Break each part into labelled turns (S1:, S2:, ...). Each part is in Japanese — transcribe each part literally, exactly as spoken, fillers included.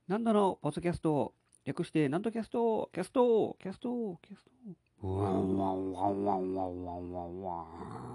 S1: なんだのポッドキャスト、略してなんとキャスト、キャスト、キャスト、キャスト。ワンワンワンワンワンワンワンワン。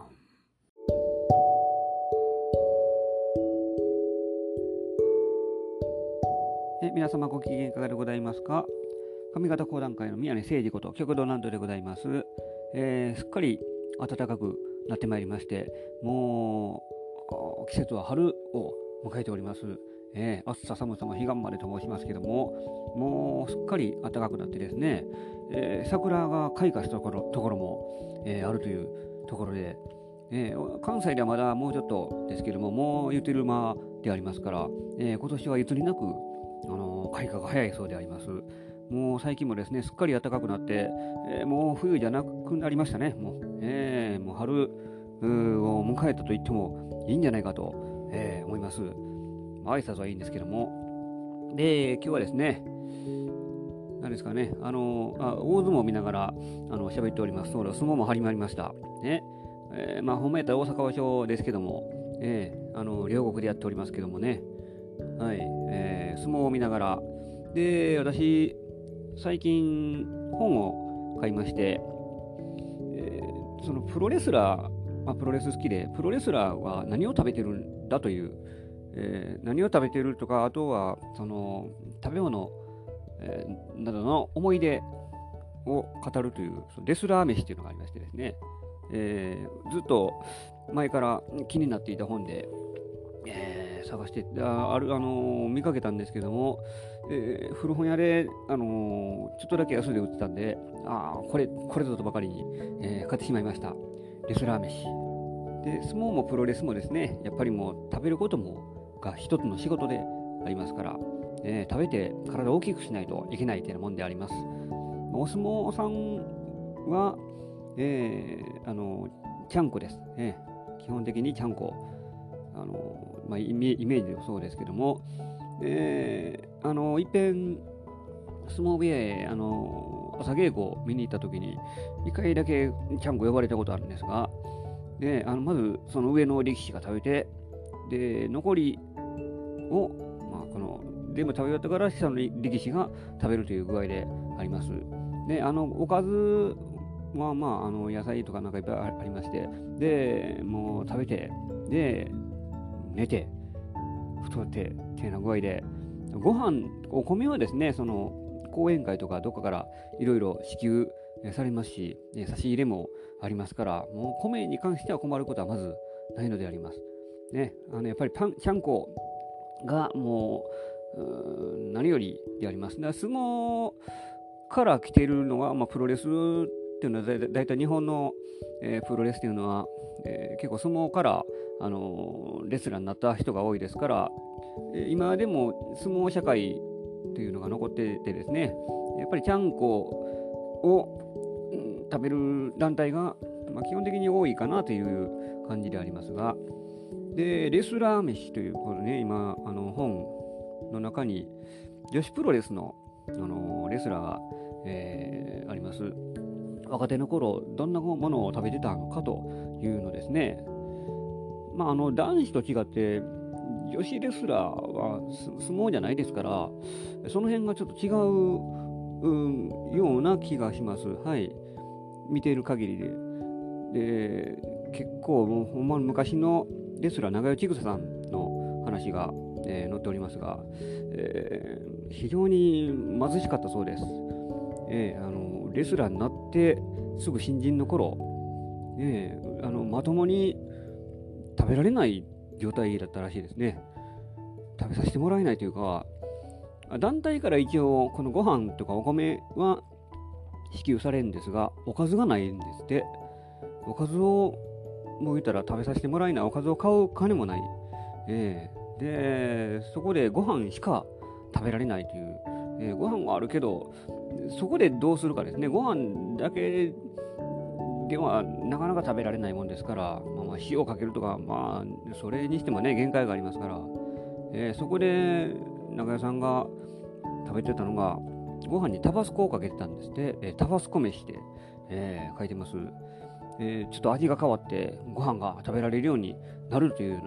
S1: え皆様ご機嫌いかがでございますか。上方講談会の宮根誠司こと極道南都でございます。えー、すっかり暖かくなってまいりまして、もう季節は春を迎えております。えー、暑さ寒さも彼岸までと申しますけども、もうすっかり暖かくなってですね、えー、桜が開花したところ、ところも、えー、あるというところで、えー、関西ではまだもうちょっとですけども、もう言ってる間でありますから、えー、今年はいつになく、あのー、開花が早いそうであります。もう最近もですね、すっかり暖かくなって、えー、もう冬じゃなくなりましたね。もう、えー、もう春を迎えたと言ってもいいんじゃないかと、えー、思います。挨拶はいいんですけども。で、今日はですね、何ですかね、あの、あ大相撲を見ながらあの喋っております。そうだ、相撲も始まりました。ね。えー、まあ、本命やったら大阪場所ですけども、えー、あの、両国でやっておりますけどもね。はい。えー、相撲を見ながら。で、私、最近、本を買いまして、えー、そのプロレスラー、まあ、プロレス好きで、プロレスラーは何を食べてるんだという、えー、何を食べてるとか、あとはその食べ物、えー、などの思い出を語るというレスラー飯というのがありましてですね、えー、ずっと前から気になっていた本で、えー、探してあある、あのー、見かけたんですけども、えー、古本屋で、あのー、ちょっとだけ安で売ってたんで、あこれこれぞとばかりに、えー、買ってしまいました。レスラー飯で、相撲もプロレスもですね、やっぱりもう食べることもが一つの仕事でありますから、えー、食べて体を大きくしないといけないというもんであります。お相撲さんは、えー、あのちゃんこです、えー、基本的にちゃんこ、あの、まあ、イメージでもそうですけども、えー、あのいっぺん相撲部屋へあの朝稽古を見に行った時にいっかいだけちゃんこ呼ばれたことあるんですが、であのまずその上の力士が食べて、で残りを、まあ、この全部食べ終わってから下の力士が食べるという具合であります。で、あのおかずは、まあ、あの野菜とかなんかいっぱいありまして、でもう食べて、で寝て太ってっていうような具合で、ご飯お米はですね、その講演会とかどっかからいろいろ支給されますし、差し入れもありますから、もう米に関しては困ることはまずないのであります。ね、あのやっぱりパンちゃんこがもう、う何よりであります。だから相撲から来ているのは、まあ、プロレスっていうのはだいだいたい日本の、えー、プロレスっていうのは、えー、結構相撲から、あのー、レスラーになった人が多いですから、えー、今でも相撲社会というのが残っててですね、やっぱりちゃんこを、うん、食べる団体が、まあ、基本的に多いかなという感じでありますが、でレスラー飯というこのね、今あの本の中に女子プロレスの、あのレスラーが、えー、あります。若手の頃どんなものを食べてたのかというのですね。まああの男子と違って女子レスラーは相撲じゃないですから、その辺がちょっと違う、うん、ような気がします。はい、見ている限りで。で結構もうほんま昔のレスラー長与千草さんの話が、えー、載っておりますが、えー、非常に貧しかったそうです。えー、あのレスラーになってすぐ新人の頃、えー、あのまともに食べられない状態だったらしいですね。食べさせてもらえないというか、団体から一応このご飯とかお米は支給されるんですが、おかずがないんですって。おかずをもう言ったら食べさせてもらえない、おかずを買う金もない、えー、でそこでご飯しか食べられないという、えー、ご飯はあるけどそこでどうするかですね。ご飯だけではなかなか食べられないもんですから、まあ、まあ塩をかけるとか、まあそれにしてもね限界がありますから、えー、そこで中谷さんが食べてたのがご飯にタバスコをかけてたんですって、えー、タバスコ飯で、えー、書いてます。えー、ちょっと味が変わってご飯が食べられるようになるというような、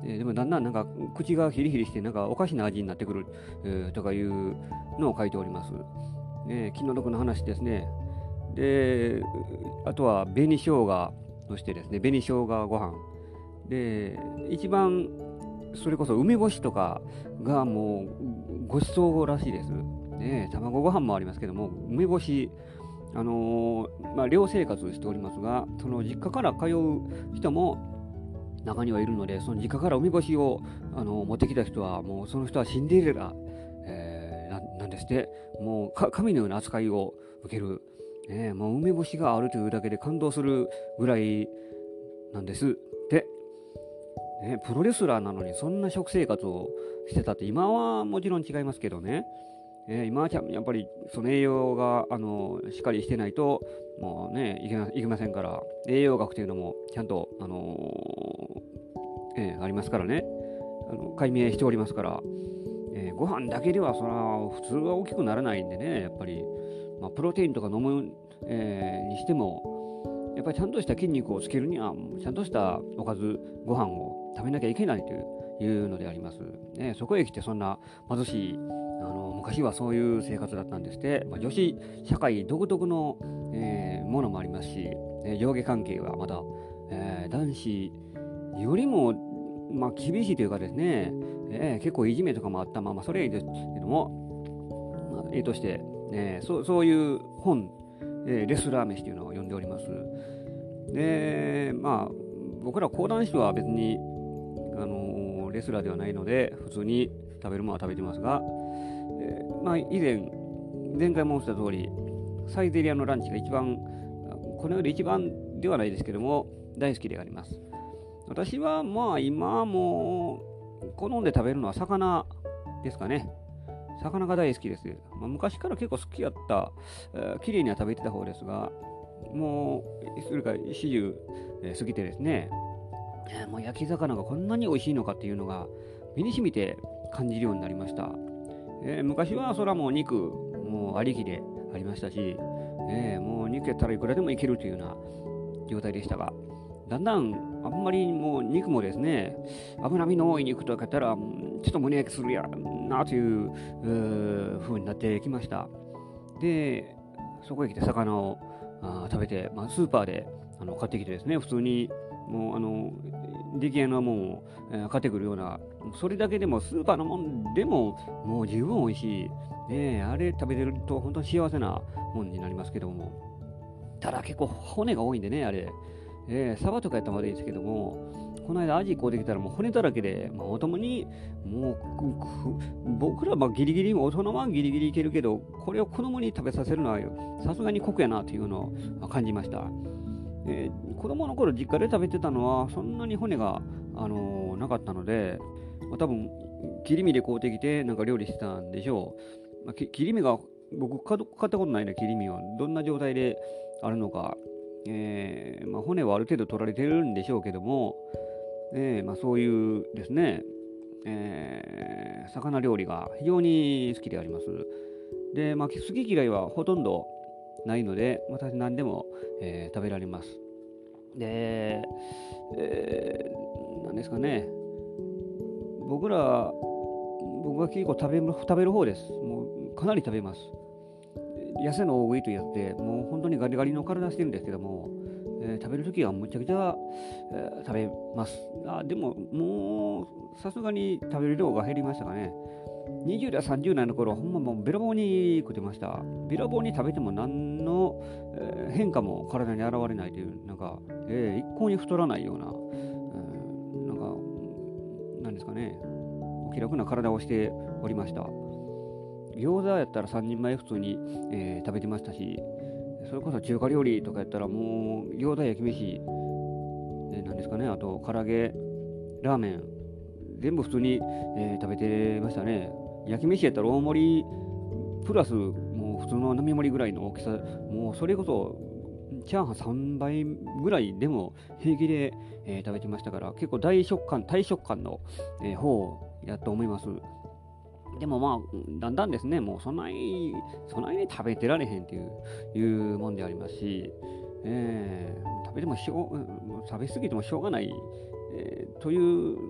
S1: えー、でもだんだんなんか口がヒリヒリしてなんかおかしな味になってくる、えー、とかいうのを書いております。えー、気の毒な話ですね。で、あとは紅生姜としてですね、紅生姜ご飯。で、一番それこそ梅干しとかがもうごちそうらしいです。ね、卵ご飯もありますけども、梅干し、あのーまあ、寮生活しておりますが、その実家から通う人も中にはいるので、その実家から梅干しを、あのー持ってきた人は、もうその人はシンデレラ、えーな、なんですって、もうか神のような扱いを受ける、ね、もう梅干しがあるというだけで感動するぐらいなんですって。ね、プロレスラーなのにそんな食生活をしてたって、今はもちろん違いますけどね、えー、今はやっぱりその栄養があのしっかりしてないともうねいけま、いけませんから、栄養学というのもちゃんと、あのーえー、ありますからね、あの解明しておりますから、えー、ご飯だけではそら普通は大きくならないんでね、やっぱり、まあ、プロテインとか飲む、えー、にしてもやっぱりちゃんとした筋肉をつけるにはちゃんとしたおかずご飯を食べなきゃいけないというのであります、ね、そこへ来てそんな貧しい、あの昔はそういう生活だったんですって、まあ、女子社会独特の、えーものもありますし、えー上下関係はまた、えー男子よりも、まあ、厳しいというかですね、えー結構いじめとかもあった、まあ、まあそれはいいですけども、まあ、ええとして、えーそ、そういう本、えーレスラー飯というのを読んでおります。で、まあ僕ら講談師は別に、あのーレスラーではないので普通に食べるものは食べてますが、えーまあ、以前前回申した通りサイゼリアのランチが一番、この世で一番ではないですけども大好きであります。私はまあ今も好んで食べるのは魚ですかね。魚が大好きです。まあ、昔から結構好きやった、えー、綺麗には食べてた方ですが、もうそれから始終、えー過ぎてですね、えーもう焼き魚がこんなに美味しいのかっていうのが身に染みて感じるようになりました。えー昔はそらもう肉もうありきでありましたし、えーもう肉やったらいくらでもいけるというような状態でしたが、だんだんあんまりもう肉もですね、脂身の多い肉とかやったらうんちょっと胸焼けするやなという風になってきました。で、そこへ来て魚をあー食べて、まあ、スーパーであの買ってきてですね、普通にもうあの出来合いのものを、えー買ってくるような、それだけでもスーパーのもんでももう十分美味しい、ね、あれ食べてると本当に幸せなもんになりますけども、ただ結構骨が多いんでね、あれ、えー、サバとかやったらまだいいですけども、この間アジ買うてきたらもう骨だらけで、まあ、お供にもうくく僕らはギリギリ、大人はギリギリいけるけど、これを子供に食べさせるのはさすがに酷やなというのを感じました。えー、子供の頃実家で食べてたのはそんなに骨が、あのーなかったので、まあ、多分切り身で買うてきてなんか料理してたんでしょう。まあ、き切り身が僕買ったことないね、切り身はどんな状態であるのか、えーまあ、骨はある程度取られてるんでしょうけども、えーまあ、そういうですね、えー魚料理が非常に好きであります。で、まあ、好き嫌いはほとんどないので、私何でも、えー食べられます。で、えー、なんですかね、僕ら、僕は結構食べ食べる方です。もうかなり食べます。痩せの大食いとやって、もう本当にガリガリの体してるんですけども、えー食べるときはむちゃくちゃ、えー食べます。あでも、もうさすがに食べる量が減りましたかね。にじゅう代、さんじゅう代の頃はほんまもうべらぼうに食ってました。べらぼうに食べても何の、えー変化も体に現れないという、なんか、えー一向に太らないような、うんなんか、なんですかね、お気楽な体をしておりました。餃子やったらさんにんまえ普通に、えー食べてましたし、それこそ中華料理とかやったらもう餃子焼き飯、えーなんですかね、あと唐揚げ、ラーメン、全部普通に、えー食べてましたね。焼き飯やったら大盛りプラスもう普通の並盛りぐらいの大きさ、もうそれこそチャーハンさんばいぐらいでも平気で、えー食べてましたから、結構大食感、大食感の、えー方やと思います。でもまあ、だんだんですね、もうそんなに、そんなに食べてられへんっていう、いうもんでありますし、えー食べてもしょう、食べ過ぎてもしょうがない、えーという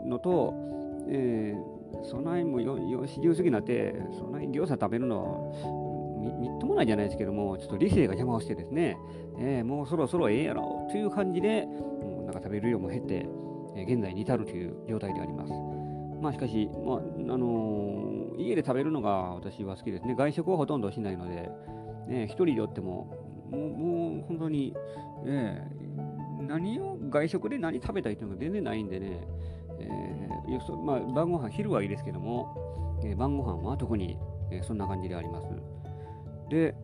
S1: のと、えー、そないもよよしじゅう過ぎになってそない餃子食べるのみみっともないじゃないですけども、ちょっと理性が邪魔をしてですね、えー、もうそろそろええやろという感じで、もうなんか食べる量も減って、えー、現在に至るという状態であります。まあしかし、まああのー、家で食べるのが私は好きですね。外食はほとんどしないので、ね、一人でおってももう、もう本当に、えー、何を外食で何食べたいというのが全然ないんでね、えーよそまあ、晩ご飯昼はいいですけども、えー、晩ご飯は特に、えー、そんな感じであります。で、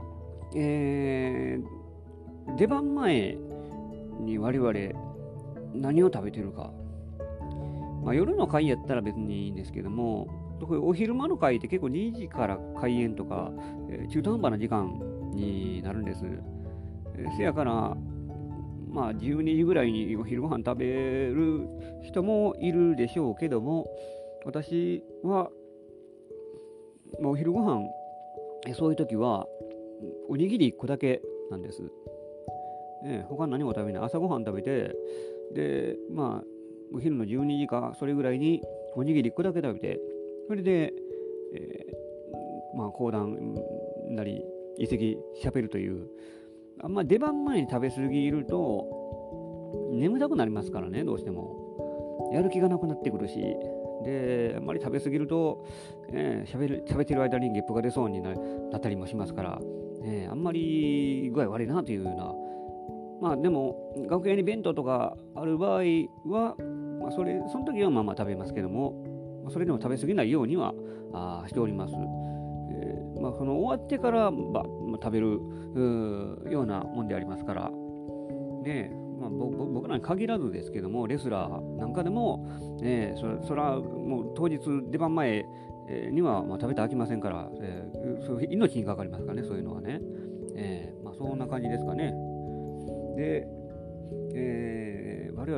S1: えー、出番前に我々何を食べてるか、まあ、夜の会やったら別にいいんですけども、特にお昼間の会って結構にじから開演とか、えー、中途半端な時間になるんです。えー、せやから、まあ、じゅうにじぐらいにお昼ご飯食べる人もいるでしょうけども、私は、まあ、お昼ご飯、そういう時はおにぎりいっこだけなんです。えー、他何も食べない。朝ごはん食べて、で、まあ、お昼のじゅうにじかそれぐらいにおにぎりいっこだけ食べて、それで、えー、まあ、講談なり、一席しゃべるという、あんま出番前に食べ過ぎると、眠たくなりますからね、どうしても。やる気がなくなってくるし、で、あんまり食べ過ぎると、えー、しゃべる、しゃべってる間にゲップが出そうになったりもしますから、えー、あんまり具合悪いなというような。まあでも、楽屋に弁当とかある場合は、まあ、それ、その時はまあまあ食べますけども、それでも食べ過ぎないようにはあしております。えーまあ、その終わってからば、まあ、食べるようなもんでありますから、ねまあ、僕らに限らずですけども、レスラーなんかでも、ね、そ, それはもう当日出番前にはまあ食べて飽きませんから、えー、そう命にかかりますからね、そういうのはね。えーまあ、そんな感じですかね。で、えー、我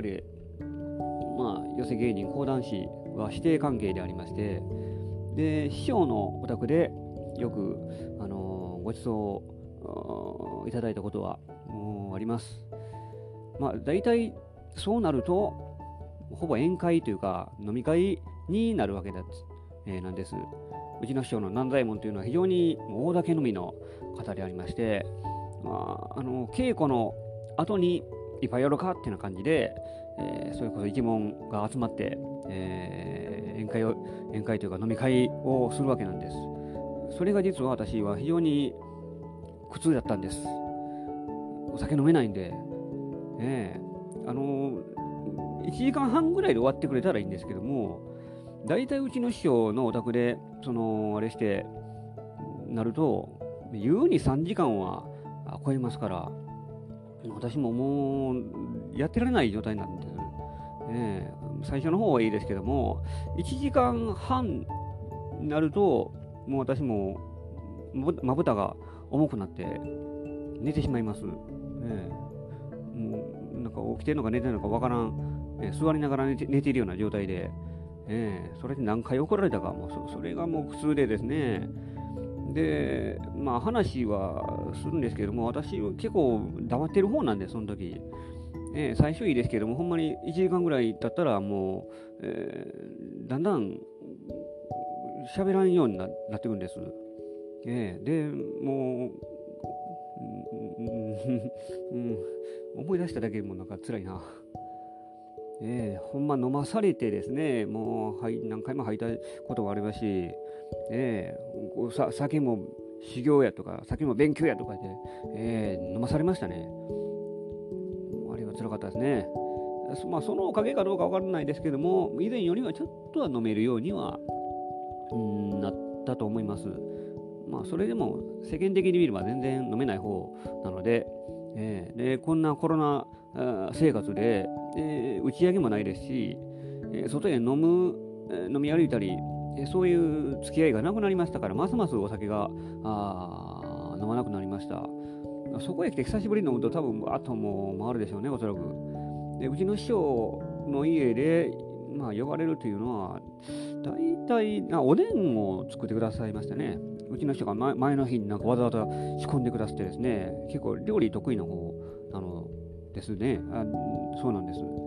S1: 々、まあ、寄せ芸人講談師は師弟関係でありまして、で師匠のお宅でよく、あのー、ご馳走をいただいたことはもうあります。まあ、大体そうなるとほぼ宴会というか飲み会になるわけだ、えー、なんです。うちの師匠の南左衛門というのは非常に大酒飲みの方でありまして、まあ、あの稽古の後にいっぱいやろうかっていうような感じで、えー、それこそ一門が集まって、えー、宴会を宴会というか飲み会をするわけなんです。それが実は私は非常に苦痛だったんです。お酒飲めないんで、えー、あのー、いちじかんはんぐらいで終わってくれたらいいんですけども、大体うちの師匠のお宅でそのあれしてなると優にさんじかんは超えますから、私ももうやってられない状態なんです。えー、最初の方はいいですけども、いちじかんはんになるともう私もまぶたが重くなって寝てしまいます。えー、もうなんか起きてるのか寝てるのかわからん、えー、座りながら寝て、寝ているような状態で、えー、それで何回怒られたか、もう そ, それがもう苦痛でですね。で、まあ話はするんですけども、私結構黙ってる方なんで、その時。えー、最初いいですけども、ほんまにいちじかんぐらい経ったらもう、えー、だんだん喋らんように な, なってくるんです。えー、で、もう、うん、思い出しただけでもなんか辛いな。えー、ほんま飲まされてですね、もう、はい、何回も吐いたことがありますし、えー、さ酒も修行やとか、酒も勉強やとかで、えー、飲まされましたね。あれは辛かったですね。まあ、そのおかげかどうかわからないですけども、以前よりはちょっとは飲めるようにはうんなったと思います。まあ、それでも世間的に見れば全然飲めない方なので、えー、でこんなコロナ生活で、えー、打ち上げもないですし、えー、外へ飲む、えー、飲み歩いたり、えー、そういう付き合いがなくなりましたから、ますますお酒があ飲まなくなりました。そこへ来て久しぶりに飲むと多分あともう回るでしょうね、おそらく。でうちの師匠の家で、まあ、呼ばれるというのは大体あおでんを作ってくださいましたね。うちの人が前前の日になんかわざわざ仕込んでくださってですね、結構料理得意な方なのですね。あそうなんです。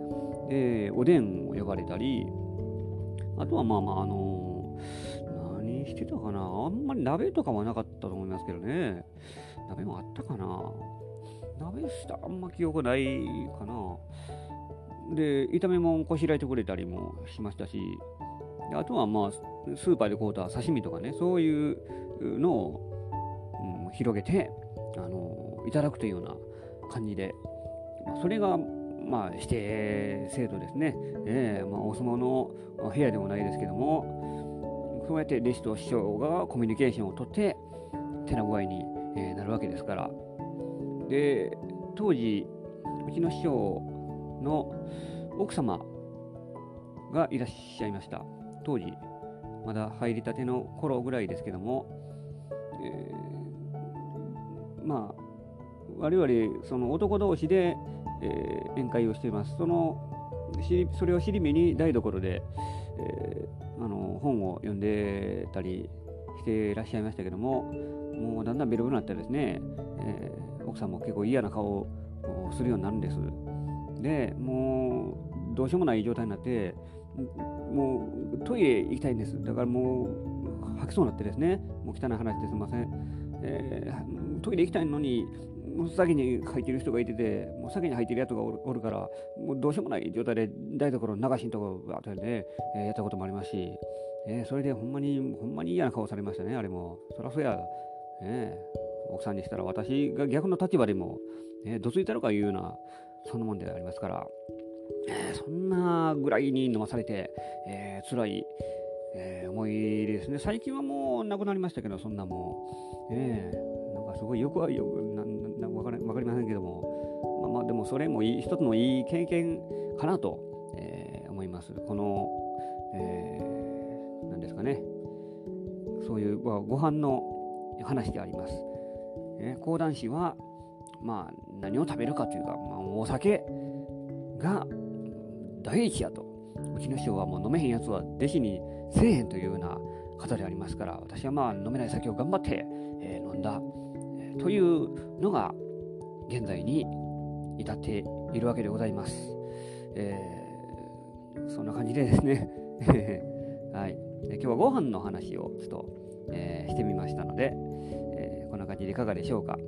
S1: でおでんを呼ばれたり、あとはまあまああの何してたかな、あんまり鍋とかはなかったと思いますけどね。鍋もあったかな、鍋したあんま記憶ないかな。で炒め物こしらえてくれたりもしましたし、であとはまあスーパーで買うた刺身とかね、そういうのを、うん、広げて、あのいただくというような感じで、まあ、それがまあ指定制度ですね。えーまあ、お相撲の部屋でもないですけども、そうやって弟子と師匠がコミュニケーションをとって手な具合に、えーなるわけですから。で当時うちの師匠の奥様がいらっしゃいました。当時まだ入りたての頃ぐらいですけども、えー、まあ我々その男同士で、えー、宴会をしています。そのそれを尻目に台所で、えー、あの本を読んでたりしていらっしゃいましたけども、もうだんだんベロベロになってですね、えー、奥さんも結構嫌な顔をするようになるんです。でもうどうしようもない状態になって、もうトイレ行きたいんです。だからもう吐きそうになってですね、もう汚い話ですみません、えー、トイレ行きたいのにもう先に入ってる人がいてて、もう先に入ってるやつがお る, おるからもうどうしようもない状態で台所の流しのところがあってね、えー、やったこともありますし、えー、それでほんまにほんまに嫌な顔されましたね。あれもそらそや、ね、奥さんにしたら私が逆の立場でも、ね、どついたのかいうようなそんなもんでありますから、えー、そんなぐらいに飲まされて、えー、辛い、えー、思いですね。最近はもうなくなりましたけど、そんなもう、えー、なんかすごいよくはよくななわかりわかりませんけども、まあまあでもそれもいい一つのいい経験かなと、えー、思います。この、えー、なんですかね、そういうご飯の話であります。えー、講談師はまあ何を食べるかというか、まあ、お酒が第一やと。うちの師匠はもう飲めへんやつは弟子にせえへんというような方でありますから、私はまあ飲めない酒を頑張って、えー、飲んだ、えー、というのが現在に至っているわけでございます。えー、そんな感じでですね、はい、今日はご飯の話をちょっと、えー、してみましたので、えー、こんな感じでいかがでしょうか。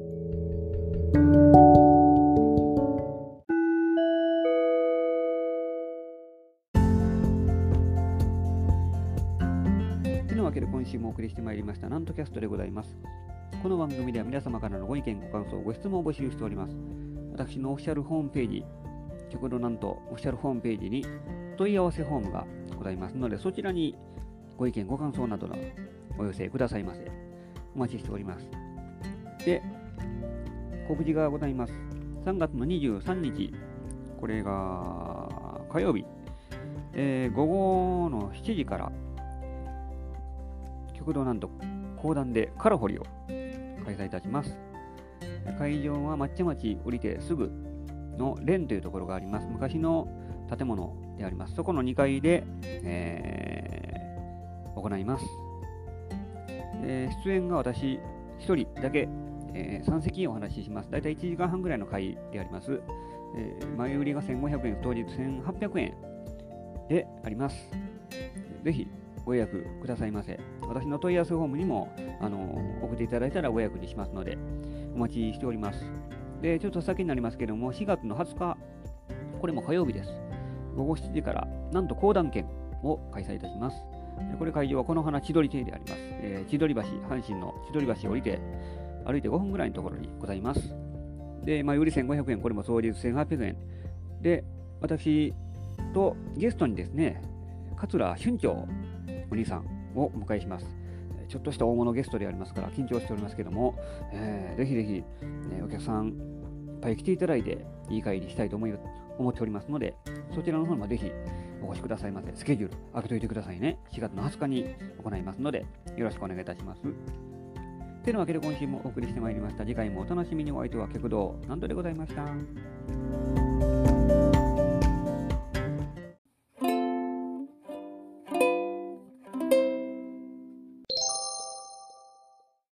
S1: というわけで今週もお送りしてまいりましたなんとキャストでございます。この番組では皆様からのご意見ご感想ご質問を募集しております。私のオフィシャルホームページ、極度なんとオフィシャルホームページに問い合わせフォームがございますので、そちらにご意見ご感想などのお寄せくださいませ。お待ちしております。で、告知がございます。さんがつのにじゅうさんにち、これが火曜日、えー、午後のしちじから極道なんと講談でカラホリを開催いたします。会場は抹茶町降りてすぐの蓮というところがあります。昔の建物であります。そこのにかいで、えー、行います。えー、出演が私ひとりだけ、えー、さん席お話しします。だいたいいちじかんはんぐらいの会であります。えー、前売りがせんごひゃくえん、当日せんはっぴゃくえんであります。ぜひご予約くださいませ。私の問い合わせフォームにもあの送っていただいたらご予約にしますのでお待ちしております。で、ちょっと先になりますけども、しがつのはつか、これも火曜日です。ごごしちじからなんと講談券を開催いたします。これ会場はこの花千鳥亭であります。えー、千鳥橋、阪神の千鳥橋を降りて歩いてごふんぐらいのところにございます。で、前売りせんごひゃくえん、これも当日せんはっぴゃくえんで、私とゲストにですね、桂春長お兄さんをお迎えします。ちょっとした大物ゲストでありますから緊張しておりますけども、えー、ぜひぜひ、えー、お客さんいっぱい来ていただいていい会にしたいと思い思っておりますので、そちらの方もぜひお越しくださいませ。スケジュール開けといてくださいね。しがつのはつかに行いますのでよろしくお願いいたします。てなわけで今週もお送りしてまいりました。次回もお楽しみに。お相手は極道なんとでございました。